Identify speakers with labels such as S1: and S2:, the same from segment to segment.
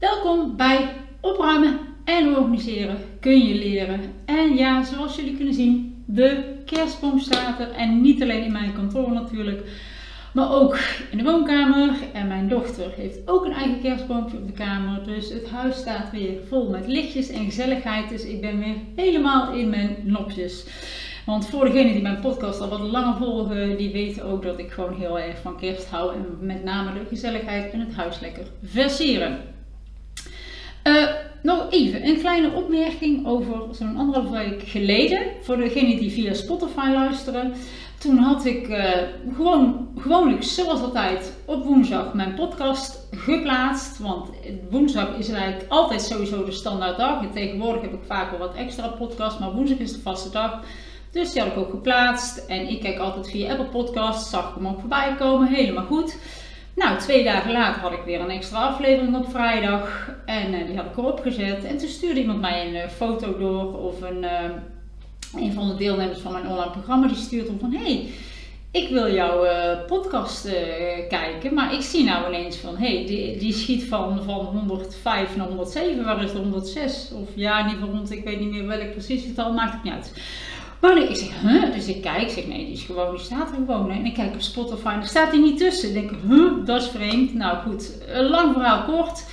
S1: Welkom bij Opruimen en Organiseren kun je leren. En ja, zoals jullie kunnen zien, de kerstboom staat er. En niet alleen in mijn kantoor natuurlijk, maar ook in de woonkamer. En mijn dochter heeft ook een eigen kerstboompje op de kamer. Dus het huis staat weer vol met lichtjes en gezelligheid. Dus ik ben weer helemaal in mijn nopjes. Want voor degenen die mijn podcast al wat langer volgen, die weten ook dat ik gewoon heel erg van kerst hou. En met name de gezelligheid en het huis lekker versieren. Nog even een kleine opmerking over zo'n 1,5 week geleden. Voor degenen die via Spotify luisteren. Toen had ik gewoonlijk zoals altijd op woensdag mijn podcast geplaatst. Want woensdag is eigenlijk altijd sowieso de standaard dag. En tegenwoordig heb ik vaak wel wat extra podcasts, maar woensdag is de vaste dag. Dus die had ik ook geplaatst. En ik kijk altijd via Apple Podcasts, zag ik hem ook voorbij komen, helemaal goed. Nou, 2 dagen later had ik weer een extra aflevering op vrijdag en die had ik erop gezet. En toen stuurde iemand mij een foto door of een van de deelnemers van mijn online programma die stuurde om van hey, ik wil jouw podcast kijken, maar ik zie nou ineens van hey, die schiet van 105 naar 107, waar is de 106? Of ja, in ieder geval rond, ik weet niet meer welk precies getal, maakt het niet uit. Maar nee, ik zeg, dus ik kijk, zeg nee, die staat er gewoon. Hè? En ik kijk op Spotify en er staat hij niet tussen. Ik denk, dat is vreemd. Nou goed, lang verhaal kort.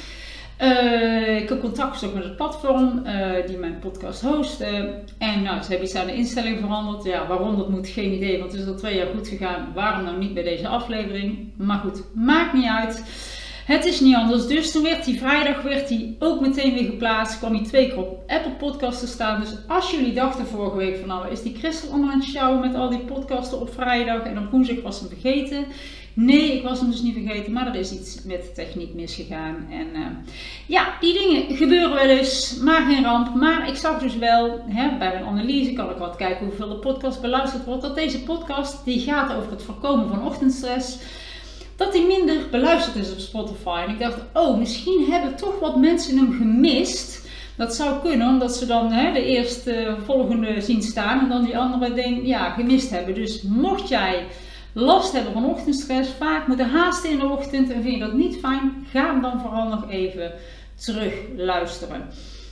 S1: Ik heb contact gezocht met het platform die mijn podcast host. En nou, ze hebben iets aan de instelling veranderd. Ja, waarom dat moet, geen idee, want het is al 2 jaar goed gegaan. Waarom nou niet bij deze aflevering? Maar goed, maakt niet uit. Het is niet anders, dus toen werd die vrijdag ook meteen weer geplaatst. Kwam hij 2 keer op Apple Podcasts te staan. Dus als jullie dachten vorige week van nou is die Christel allemaal aan het sjouwen met al die podcasten op vrijdag en op woensdag was hem vergeten. Nee, ik was hem dus niet vergeten, maar er is iets met de techniek misgegaan. En ja, die dingen gebeuren wel eens, maar geen ramp. Maar ik zag dus wel, bij mijn analyse kan ik wat kijken hoeveel de podcast beluisterd wordt. Dat deze podcast die gaat over het voorkomen van ochtendstress. Dat hij minder beluisterd is op Spotify. En ik dacht, misschien hebben toch wat mensen hem gemist. Dat zou kunnen, omdat ze dan de eerste volgende zien staan en dan die andere gemist hebben. Dus mocht jij last hebben van ochtendstress, vaak moeten haasten in de ochtend en vind je dat niet fijn, ga hem dan vooral nog even terug luisteren.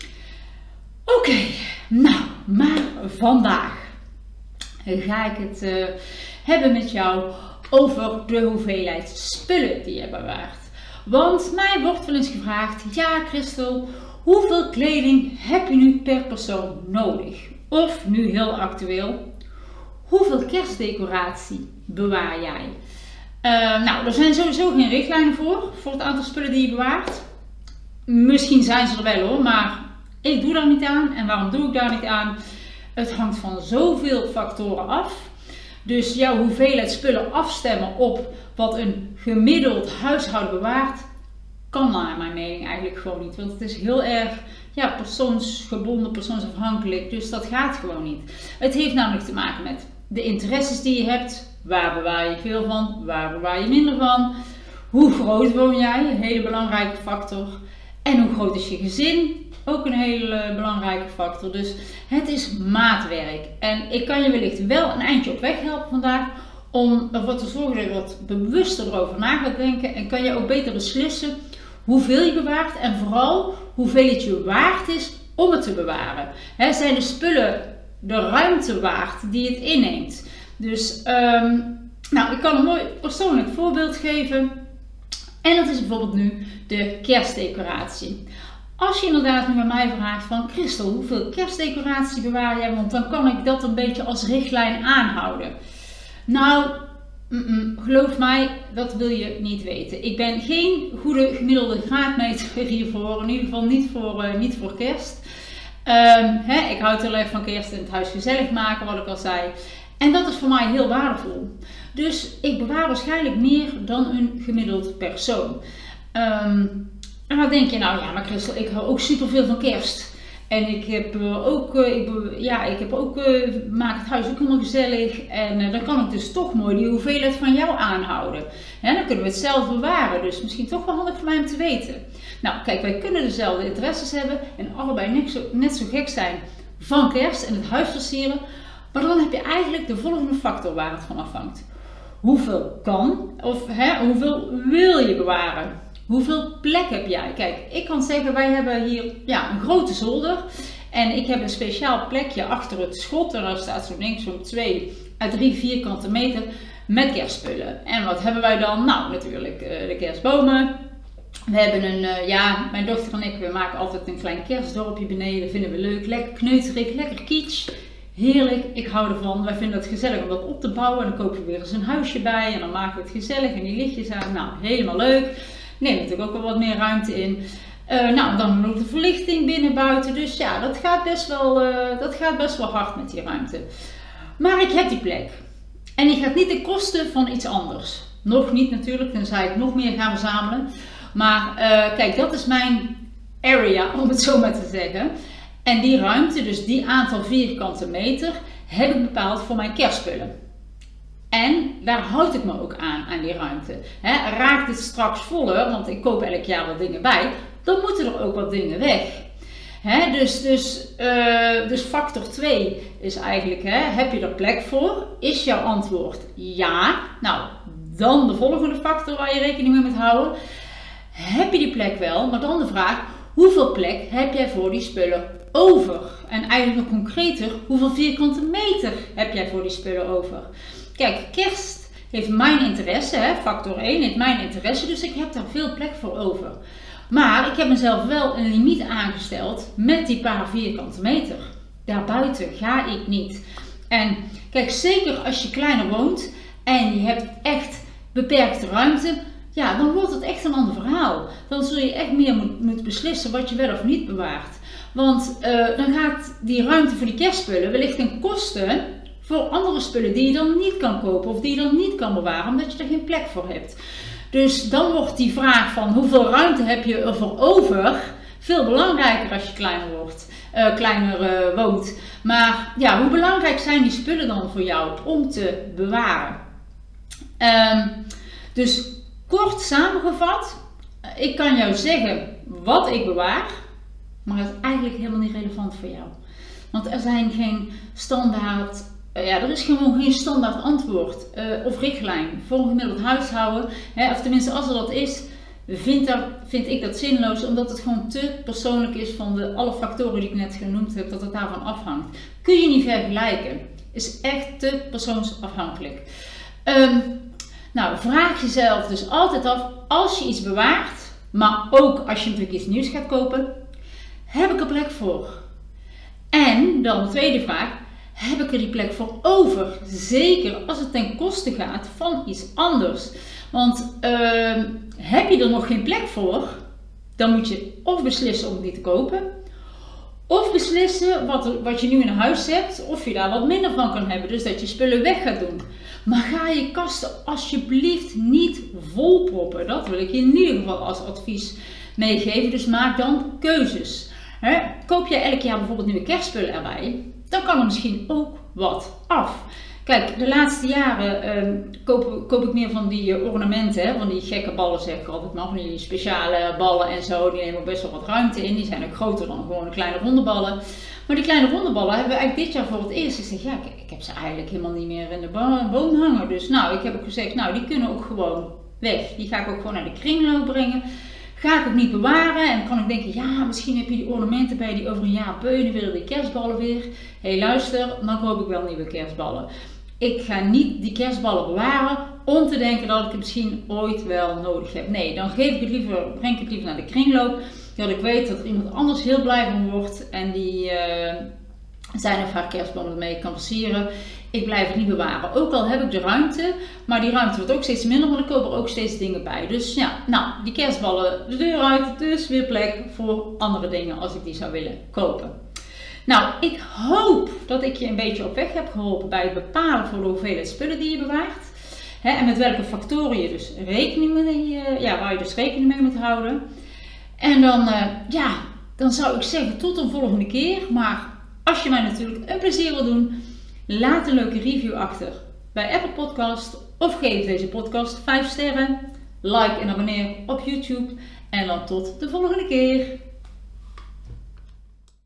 S1: Oké, nou, maar vandaag ga ik het hebben met jou over de hoeveelheid spullen die je bewaart. Want mij wordt wel eens gevraagd, ja Christel, hoeveel kleding heb je nu per persoon nodig? Of nu heel actueel, hoeveel kerstdecoratie bewaar jij? Nou, er zijn sowieso geen richtlijnen voor het aantal spullen die je bewaart. Misschien zijn ze er wel hoor, maar ik doe daar niet aan. En waarom doe ik daar niet aan? Het hangt van zoveel factoren af. Dus jouw hoeveelheid spullen afstemmen op wat een gemiddeld huishouden bewaart, kan naar mijn mening eigenlijk gewoon niet. Want het is heel erg persoonsgebonden, persoonsafhankelijk. Dus dat gaat gewoon niet. Het heeft namelijk te maken met de interesses die je hebt. Waar bewaar je veel van? Waar bewaar je minder van? Hoe groot woon jij? Een hele belangrijke factor. En hoe groot is je gezin? Ook een hele belangrijke factor. Dus het is maatwerk. En ik kan je wellicht wel een eindje op weg helpen vandaag. Om ervoor te zorgen dat je wat bewuster erover na gaat denken. En kan je ook beter beslissen hoeveel je bewaart. En vooral hoeveel het je waard is om het te bewaren. Zijn de spullen de ruimte waard die het inneemt. Dus ik kan een mooi persoonlijk voorbeeld geven. En dat is bijvoorbeeld nu de kerstdecoratie. Als je inderdaad nu bij mij vraagt van Christel, hoeveel kerstdecoratie bewaar jij? Want dan kan ik dat een beetje als richtlijn aanhouden. Nou, geloof mij, dat wil je niet weten. Ik ben geen goede gemiddelde graadmeter hiervoor. In ieder geval niet voor kerst. Ik houd heel erg van kerst en het huis gezellig maken, wat ik al zei. En dat is voor mij heel waardevol. Dus ik bewaar waarschijnlijk meer dan een gemiddeld persoon. En dan denk je, nou ja, maar Christel, ik hou ook superveel van kerst. En maak het huis ook helemaal gezellig. En dan kan ik dus toch mooi die hoeveelheid van jou aanhouden. En dan kunnen we het zelf bewaren. Dus misschien toch wel handig voor mij om te weten. Nou, kijk, wij kunnen dezelfde interesses hebben. En allebei net zo gek zijn van kerst en het huis versieren. Maar dan heb je eigenlijk de volgende factor waar het van afhangt. Hoeveel kan of hoeveel wil je bewaren? Hoeveel plek heb jij? Kijk, ik kan zeggen, wij hebben hier een grote zolder. En ik heb een speciaal plekje achter het schot. En daar staat zo'n 2 à 3 vierkante meter met kerstspullen. En wat hebben wij dan? Nou, natuurlijk de kerstbomen. We hebben mijn dochter en ik, we maken altijd een klein kerstdorpje beneden. Vinden we leuk, lekker kneuterig, lekker kitsch. Heerlijk, ik hou ervan. Wij vinden het gezellig om dat op te bouwen. En dan kopen we weer eens een huisje bij. En dan maken we het gezellig en die lichtjes aan. Nou, helemaal leuk. Neemt natuurlijk ook wel wat meer ruimte in. Dan nog de verlichting binnen, buiten. Dus ja, dat gaat best wel hard met die ruimte. Maar ik heb die plek. En die gaat niet ten koste van iets anders. Nog niet natuurlijk, tenzij ik nog meer ga verzamelen. Maar kijk, dat is mijn area, om het zo maar te zeggen. En die ruimte, dus die aantal vierkante meter, heb ik bepaald voor mijn kerstspullen. En daar houd ik me ook aan die ruimte. Raakt het straks voller, want ik koop elk jaar wat dingen bij, dan moeten er ook wat dingen weg. Dus factor 2 is eigenlijk, heb je er plek voor? Is jouw antwoord ja? Nou, dan de volgende factor waar je rekening mee moet houden. Heb je die plek wel? Maar dan de vraag, hoeveel plek heb jij voor die spullen over? En eigenlijk nog concreter, hoeveel vierkante meter heb jij voor die spullen over? Kijk, kerst heeft mijn interesse, factor 1 heeft mijn interesse, dus ik heb daar veel plek voor over. Maar ik heb mezelf wel een limiet aangesteld met die paar vierkante meter. Daarbuiten ga ik niet. En kijk, zeker als je kleiner woont en je hebt echt beperkte ruimte, ja, dan wordt het echt een ander verhaal. Dan zul je echt meer moeten beslissen wat je wel of niet bewaart. Want dan gaat die ruimte voor die kerstspullen wellicht ten koste voor andere spullen die je dan niet kan kopen of die je dan niet kan bewaren omdat je er geen plek voor hebt. Dus dan wordt die vraag van hoeveel ruimte heb je ervoor over veel belangrijker als je kleiner woont. Maar ja, hoe belangrijk zijn die spullen dan voor jou om te bewaren? Dus kort samengevat, ik kan jou zeggen wat ik bewaar, maar het is eigenlijk helemaal niet relevant voor jou. Want er zijn geen standaard, er is gewoon geen standaard antwoord of richtlijn voor een gemiddeld huishouden. Of tenminste, als er dat is, vind ik dat zinloos, omdat het gewoon te persoonlijk is van alle factoren die ik net genoemd heb, dat het daarvan afhangt. Kun je niet vergelijken. Is echt te persoonsafhankelijk. Vraag jezelf dus altijd af, als je iets bewaart, maar ook als je natuurlijk iets nieuws gaat kopen, heb ik er plek voor? En dan de tweede vraag, heb ik er die plek voor over? Zeker als het ten koste gaat van iets anders. Want heb je er nog geen plek voor, dan moet je of beslissen om het niet te kopen, of beslissen wat je nu in huis hebt, of je daar wat minder van kan hebben, dus dat je spullen weg gaat doen. Maar ga je kasten alsjeblieft niet volproppen. Dat wil ik je in ieder geval als advies meegeven. Dus maak dan keuzes. Koop je elk jaar bijvoorbeeld nieuwe kerstspullen erbij, dan kan er misschien ook wat af. Kijk, de laatste jaren koop ik meer van die ornamenten, van die gekke ballen zeg ik altijd maar, van die speciale ballen en zo. Die nemen ook best wel wat ruimte in, die zijn ook groter dan gewoon de kleine ronde ballen. Maar die kleine ronde ballen hebben we eigenlijk dit jaar voor het eerst gezegd, ik heb ze eigenlijk helemaal niet meer in de boom hangen. Dus ik heb ook gezegd, die kunnen ook gewoon weg. Die ga ik ook gewoon naar de kringloop brengen. Ga ik ook niet bewaren en kan ik denken, misschien heb je die ornamenten bij die over een jaar beunen willen die kerstballen weer. Hé, luister, dan koop ik wel nieuwe kerstballen. Ik ga niet die kerstballen bewaren om te denken dat ik het misschien ooit wel nodig heb. Nee, dan breng ik het liever naar de kringloop. Dat ik weet dat er iemand anders heel blij van wordt en die zijn of haar kerstboom mee kan versieren. Ik blijf het niet bewaren. Ook al heb ik de ruimte, maar die ruimte wordt ook steeds minder, want ik koop er ook steeds dingen bij. Dus die kerstballen de deur uit, dus weer plek voor andere dingen als ik die zou willen kopen. Nou, ik hoop dat ik je een beetje op weg heb geholpen bij het bepalen voor de hoeveelheid spullen die je bewaart. En met welke factoren je dus waar je dus rekening mee moet houden. En dan zou ik zeggen tot een volgende keer. Maar als je mij natuurlijk een plezier wil doen, laat een leuke review achter bij Apple Podcast. Of geef deze podcast 5 sterren. Like en abonneer op YouTube. En dan tot de volgende keer.